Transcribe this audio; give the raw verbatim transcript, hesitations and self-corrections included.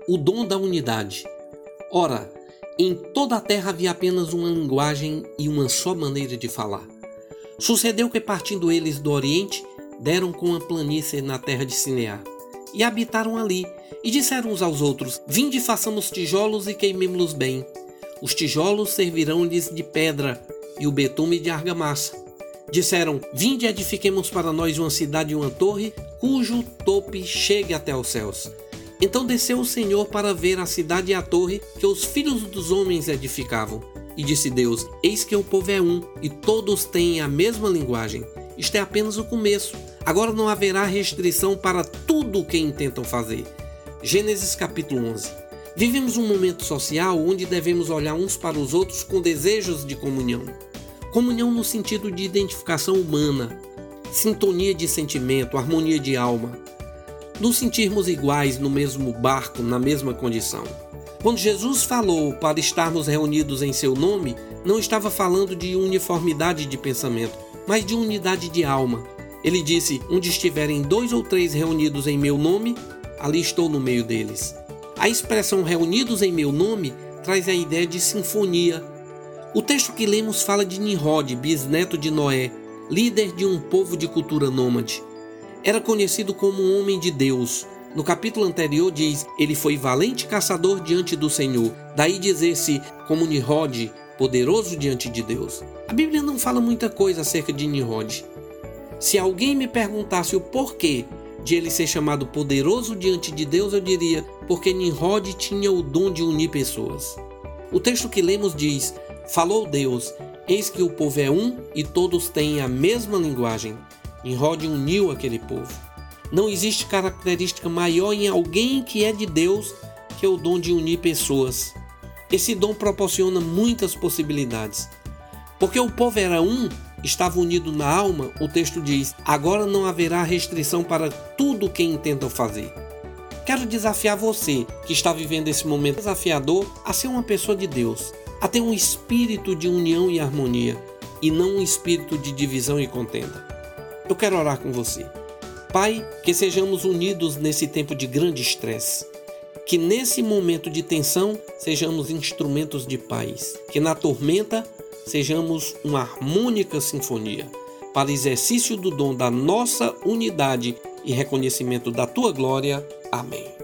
o dom da unidade. Ora, em toda a terra havia apenas uma linguagem e uma só maneira de falar. Sucedeu que, partindo eles do Oriente, deram com a planície na terra de Sinear, e habitaram ali, e disseram uns aos outros: Vinde, façamos tijolos e queimemo-los bem. Os tijolos servirão-lhes de pedra, e o betume de argamassa. Disseram: Vinde, edifiquemos para nós uma cidade e uma torre, cujo tope chegue até aos céus. Então desceu o Senhor para ver a cidade e a torre que os filhos dos homens edificavam. E disse Deus: Eis que o povo é um, e todos têm a mesma linguagem. Isto é apenas o começo. Agora não haverá restrição para tudo o que intentam fazer. Gênesis capítulo onze. Vivemos um momento social onde devemos olhar uns para os outros com desejos de comunhão. Comunhão no sentido de identificação humana, sintonia de sentimento, harmonia de alma. Nos sentirmos iguais no mesmo barco, na mesma condição. Quando Jesus falou para estarmos reunidos em seu nome, não estava falando de uniformidade de pensamento, mas de unidade de alma. Ele disse: onde estiverem dois ou três reunidos em meu nome, ali estou no meio deles. A expressão reunidos em meu nome traz a ideia de sinfonia. O texto que lemos fala de Nimrod, bisneto de Noé, líder de um povo de cultura nômade. Era conhecido como um homem de Deus. No capítulo anterior diz: ele foi valente caçador diante do Senhor. Daí dizer-se como Nimrod, poderoso diante de Deus. A Bíblia não fala muita coisa acerca de Nimrod. Se alguém me perguntasse o porquê de ele ser chamado poderoso diante de Deus, eu diria: porque Nimrod tinha o dom de unir pessoas. O texto que lemos diz: falou Deus, eis que o povo é um e todos têm a mesma linguagem. Nimrod uniu aquele povo. Não existe característica maior em alguém que é de Deus que o dom de unir pessoas. Esse dom proporciona muitas possibilidades. Porque o povo era um, estava unido na alma, o texto diz: agora não haverá restrição para tudo o que intentam fazer. Quero desafiar você, que está vivendo esse momento desafiador, a ser uma pessoa de Deus, a ter um espírito de união e harmonia, e não um espírito de divisão e contenda. Eu quero orar com você. Pai, que sejamos unidos nesse tempo de grande estresse. Que nesse momento de tensão sejamos instrumentos de paz. Que na tormenta sejamos uma harmônica sinfonia, para exercício do dom da nossa unidade e reconhecimento da Tua glória. Amém.